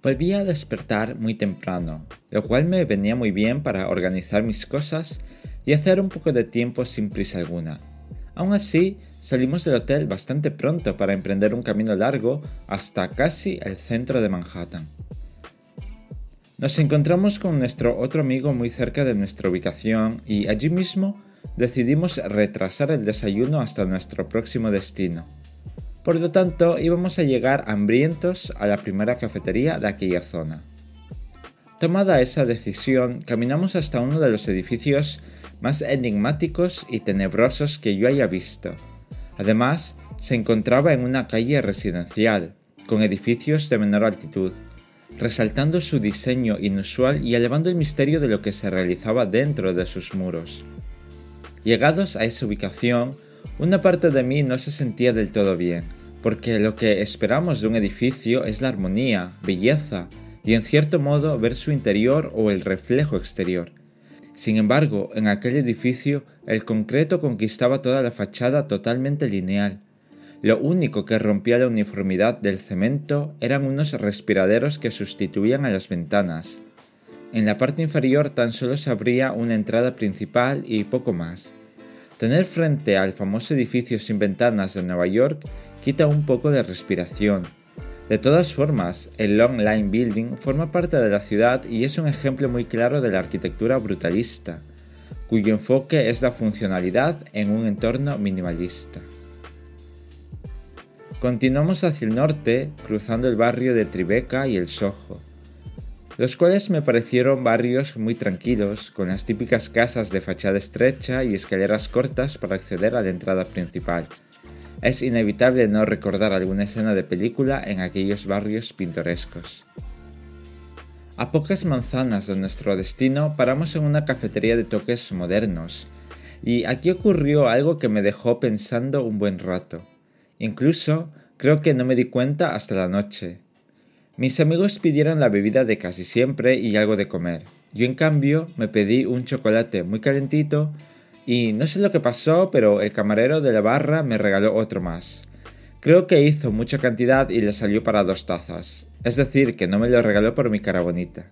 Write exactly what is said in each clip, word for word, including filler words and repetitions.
Volví a despertar muy temprano, lo cual me venía muy bien para organizar mis cosas y hacer un poco de tiempo sin prisa alguna. Aún así, salimos del hotel bastante pronto para emprender un camino largo hasta casi el centro de Manhattan. Nos encontramos con nuestro otro amigo muy cerca de nuestra ubicación y allí mismo decidimos retrasar el desayuno hasta nuestro próximo destino. Por lo tanto, íbamos a llegar hambrientos a la primera cafetería de aquella zona. Tomada esa decisión, caminamos hasta uno de los edificios más enigmáticos y tenebrosos que yo haya visto. Además, se encontraba en una calle residencial, con edificios de menor altitud, resaltando su diseño inusual y elevando el misterio de lo que se realizaba dentro de sus muros. Llegados a esa ubicación, una parte de mí no se sentía del todo bien, porque lo que esperamos de un edificio es la armonía, belleza y en cierto modo ver su interior o el reflejo exterior. Sin embargo, en aquel edificio el concreto conquistaba toda la fachada totalmente lineal. Lo único que rompía la uniformidad del cemento eran unos respiraderos que sustituían a las ventanas. En la parte inferior tan solo se abría una entrada principal y poco más. Tener frente al famoso edificio sin ventanas de Nueva York quita un poco de respiración. De todas formas, el Long Line Building forma parte de la ciudad y es un ejemplo muy claro de la arquitectura brutalista, cuyo enfoque es la funcionalidad en un entorno minimalista. Continuamos hacia el norte, cruzando el barrio de Tribeca y el Soho, los cuales me parecieron barrios muy tranquilos, con las típicas casas de fachada estrecha y escaleras cortas para acceder a la entrada principal. Es inevitable no recordar alguna escena de película en aquellos barrios pintorescos. A pocas manzanas de nuestro destino paramos en una cafetería de toques modernos, y aquí ocurrió algo que me dejó pensando un buen rato. Incluso creo que no me di cuenta hasta la noche. Mis amigos pidieron la bebida de casi siempre y algo de comer. Yo en cambio me pedí un chocolate muy calentito y no sé lo que pasó, pero el camarero de la barra me regaló otro más. Creo que hizo mucha cantidad y le salió para dos tazas. Es decir, que no me lo regaló por mi cara bonita.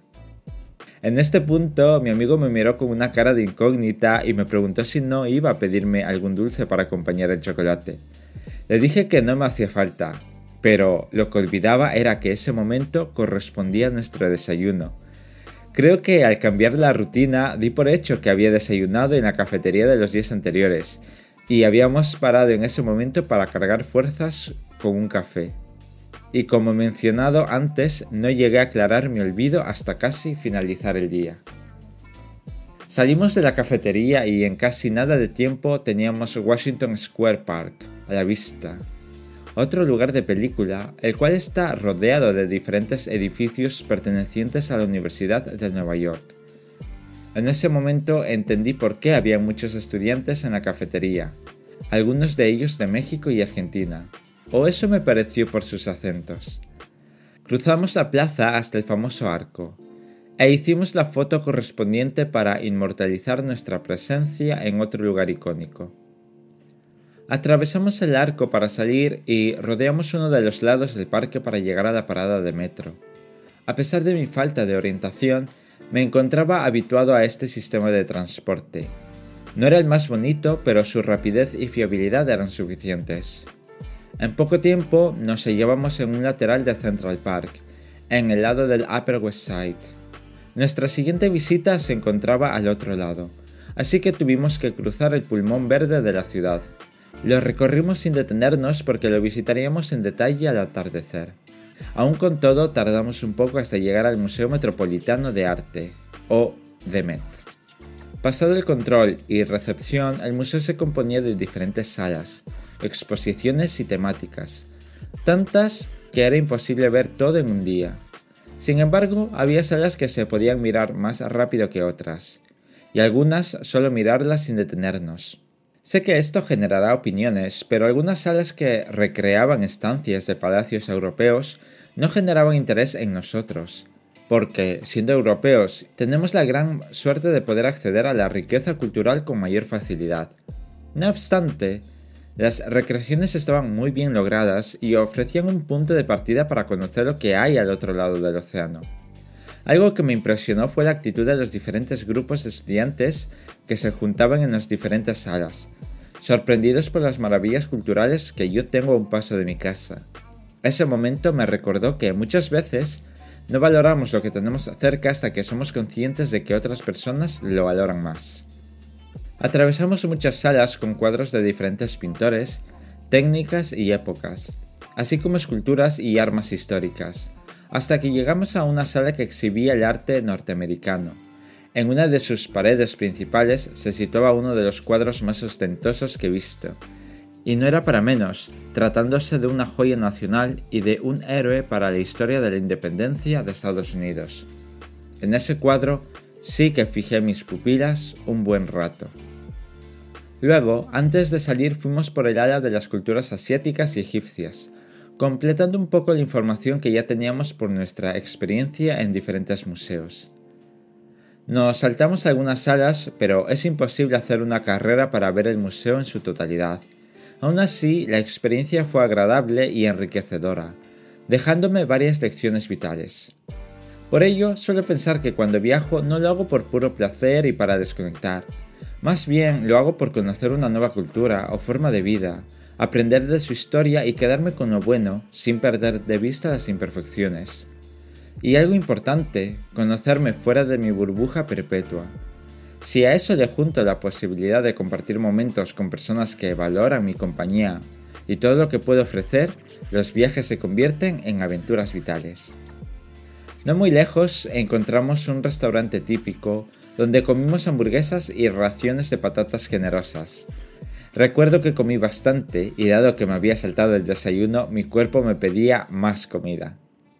En este punto mi amigo me miró con una cara de incógnita y me preguntó si no iba a pedirme algún dulce para acompañar el chocolate. Le dije que no me hacía falta. Pero lo que olvidaba era que ese momento correspondía a nuestro desayuno. Creo que al cambiar la rutina di por hecho que había desayunado en la cafetería de los días anteriores y habíamos parado en ese momento para cargar fuerzas con un café. Y como mencionado antes, no llegué a aclarar mi olvido hasta casi finalizar el día. Salimos de la cafetería y en casi nada de tiempo teníamos Washington Square Park a la vista. Otro lugar de película, el cual está rodeado de diferentes edificios pertenecientes a la Universidad de Nueva York. En ese momento entendí por qué había muchos estudiantes en la cafetería, algunos de ellos de México y Argentina, o eso me pareció por sus acentos. Cruzamos la plaza hasta el famoso arco, e hicimos la foto correspondiente para inmortalizar nuestra presencia en otro lugar icónico. Atravesamos el arco para salir y rodeamos uno de los lados del parque para llegar a la parada de metro. A pesar de mi falta de orientación, me encontraba habituado a este sistema de transporte. No era el más bonito, pero su rapidez y fiabilidad eran suficientes. En poco tiempo nos hallábamos en un lateral de Central Park, en el lado del Upper West Side. Nuestra siguiente visita se encontraba al otro lado, así que tuvimos que cruzar el pulmón verde de la ciudad. Lo recorrimos sin detenernos porque lo visitaríamos en detalle al atardecer. Aún con todo, tardamos un poco hasta llegar al Museo Metropolitano de Arte, o D M E T. Pasado el control y recepción, el museo se componía de diferentes salas, exposiciones y temáticas, tantas que era imposible ver todo en un día. Sin embargo, había salas que se podían mirar más rápido que otras, y algunas solo mirarlas sin detenernos. Sé que esto generará opiniones, pero algunas salas que recreaban estancias de palacios europeos no generaban interés en nosotros, porque, siendo europeos, tenemos la gran suerte de poder acceder a la riqueza cultural con mayor facilidad. No obstante, Las recreaciones estaban muy bien logradas y ofrecían un punto de partida para conocer lo que hay al otro lado del océano. Algo que me impresionó fue la actitud de los diferentes grupos de estudiantes que se juntaban en las diferentes salas, sorprendidos por las maravillas culturales que yo tengo a un paso de mi casa. Ese momento me recordó que muchas veces no valoramos lo que tenemos cerca hasta que somos conscientes de que otras personas lo valoran más. Atravesamos muchas salas con cuadros de diferentes pintores, técnicas y épocas, así como esculturas y armas históricas, hasta que llegamos a una sala que exhibía el arte norteamericano. En una de sus paredes principales se situaba uno de los cuadros más ostentosos que he visto, y no era para menos, tratándose de una joya nacional y de un héroe para la historia de la independencia de Estados Unidos. En ese cuadro sí que fijé mis pupilas un buen rato. Luego, antes de salir, fuimos por el área de las culturas asiáticas y egipcias, completando un poco la información que ya teníamos por nuestra experiencia en diferentes museos. Nos saltamos algunas salas, pero es imposible hacer una carrera para ver el museo en su totalidad. Aún así, la experiencia fue agradable y enriquecedora, dejándome varias lecciones vitales. Por ello, suelo pensar que cuando viajo no lo hago por puro placer y para desconectar. Más bien, lo hago por conocer una nueva cultura o forma de vida, aprender de su historia y quedarme con lo bueno sin perder de vista las imperfecciones. Y algo importante, conocerme fuera de mi burbuja perpetua. Si a eso le junto la posibilidad de compartir momentos con personas que valoran mi compañía y todo lo que puedo ofrecer, los viajes se convierten en aventuras vitales. No muy lejos encontramos un restaurante típico donde comimos hamburguesas y raciones de patatas generosas. Recuerdo que comí bastante y dado que me había saltado el desayuno, mi cuerpo me pedía más comida.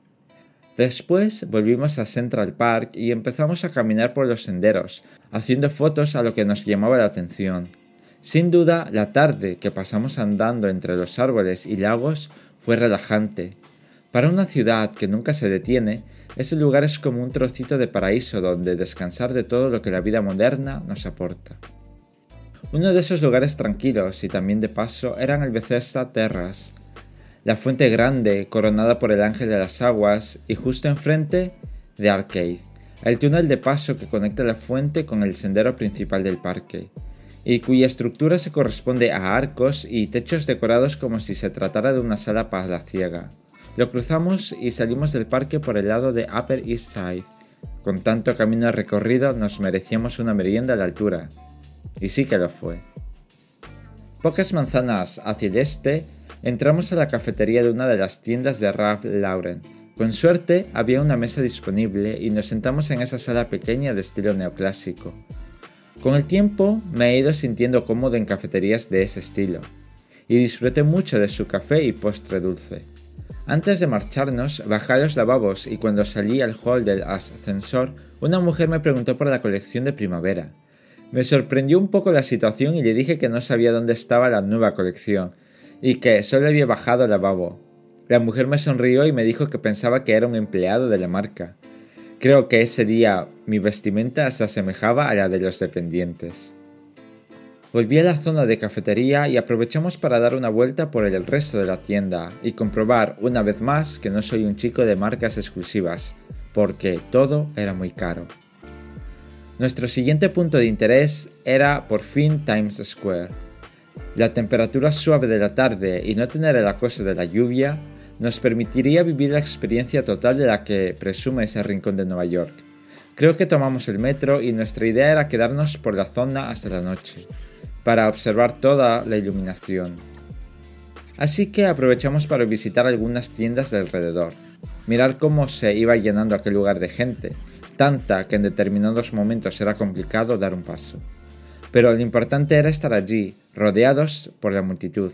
Después volvimos a Central Park y empezamos a caminar por los senderos, haciendo fotos a lo que nos llamaba la atención. Sin duda, la tarde que pasamos andando entre los árboles y lagos fue relajante. Para una ciudad que nunca se detiene, ese lugar es como un trocito de paraíso donde descansar de todo lo que la vida moderna nos aporta. Uno de esos lugares tranquilos y también de paso eran el Bethesda Terrace, la fuente grande coronada por el Ángel de las Aguas y justo enfrente The Arcade, el túnel de paso que conecta la fuente con el sendero principal del parque, y cuya estructura se corresponde a arcos y techos decorados como si se tratara de una sala palaciega. Lo cruzamos y salimos del parque por el lado de Upper East Side. Con tanto camino recorrido nos merecíamos una merienda a la altura. Y sí que lo fue. Pocas manzanas hacia el este, entramos a la cafetería de una de las tiendas de Ralph Lauren. Con suerte había una mesa disponible y nos sentamos en esa sala pequeña de estilo neoclásico. Con el tiempo me he ido sintiendo cómodo en cafeterías de ese estilo, y disfruté mucho de su café y postre dulce. Antes de marcharnos, bajé a los lavabos y cuando salí al hall del ascensor, una mujer me preguntó por la colección de primavera. Me sorprendió un poco la situación y le dije que no sabía dónde estaba la nueva colección, y que solo había bajado al lavabo. La mujer me sonrió y me dijo que pensaba que era un empleado de la marca. Creo que ese día mi vestimenta se asemejaba a la de los dependientes. Volví a la zona de cafetería y aprovechamos para dar una vuelta por el resto de la tienda y comprobar una vez más que no soy un chico de marcas exclusivas, porque todo era muy caro. Nuestro siguiente punto de interés era por fin Times Square. La temperatura suave de la tarde y no tener el acoso de la lluvia nos permitiría vivir la experiencia total de la que presume ese rincón de Nueva York. Creo que tomamos el metro y nuestra idea era quedarnos por la zona hasta la noche, para observar toda la iluminación. Así que aprovechamos para visitar algunas tiendas de alrededor, mirar cómo se iba llenando aquel lugar de gente, tanta que en determinados momentos era complicado dar un paso. Pero lo importante era estar allí, rodeados por la multitud.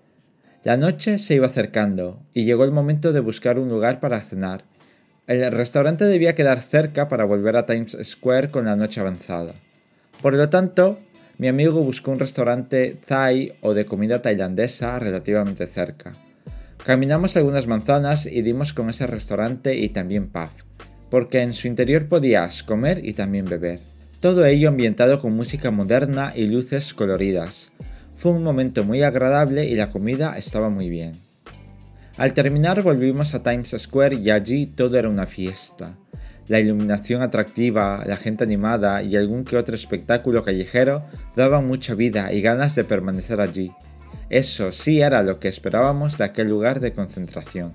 La noche se iba acercando y llegó el momento de buscar un lugar para cenar. El restaurante debía quedar cerca para volver a Times Square con la noche avanzada. Por lo tanto, mi amigo buscó un restaurante thai o de comida tailandesa relativamente cerca. Caminamos algunas manzanas y dimos con ese restaurante y también pub, porque en su interior podías comer y también beber. Todo ello ambientado con música moderna y luces coloridas. Fue un momento muy agradable y la comida estaba muy bien. Al terminar volvimos a Times Square y allí todo era una fiesta. La iluminación atractiva, la gente animada y algún que otro espectáculo callejero daban mucha vida y ganas de permanecer allí. Eso sí era lo que esperábamos de aquel lugar de concentración.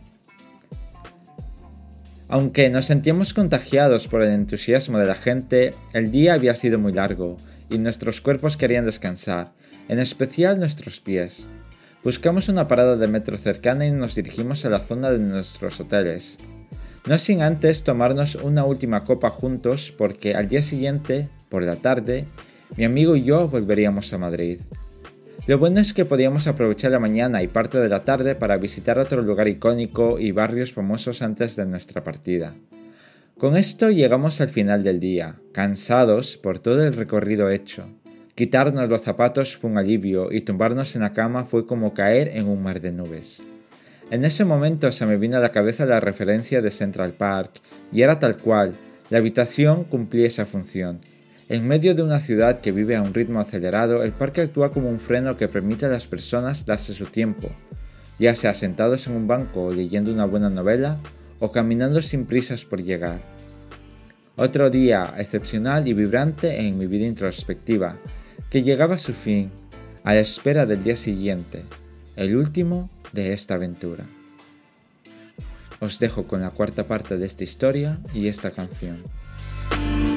Aunque nos sentíamos contagiados por el entusiasmo de la gente, el día había sido muy largo y nuestros cuerpos querían descansar, en especial nuestros pies. Buscamos una parada de metro cercana y nos dirigimos a la zona de nuestros hoteles. No sin antes tomarnos una última copa juntos porque al día siguiente, por la tarde, mi amigo y yo volveríamos a Madrid. Lo bueno es que podíamos aprovechar la mañana y parte de la tarde para visitar otro lugar icónico y barrios famosos antes de nuestra partida. Con esto llegamos al final del día, cansados por todo el recorrido hecho. Quitarnos los zapatos fue un alivio y tumbarnos en la cama fue como caer en un mar de nubes. En ese momento se me vino a la cabeza la referencia de Central Park, y era tal cual, la habitación cumplía esa función. En medio de una ciudad que vive a un ritmo acelerado, el parque actúa como un freno que permite a las personas darse su tiempo, ya sea sentados en un banco leyendo una buena novela o caminando sin prisas por llegar. Otro día excepcional y vibrante en mi vida introspectiva, que llegaba a su fin, a la espera del día siguiente, el último de esta aventura. Os dejo con la cuarta parte de esta historia y esta canción.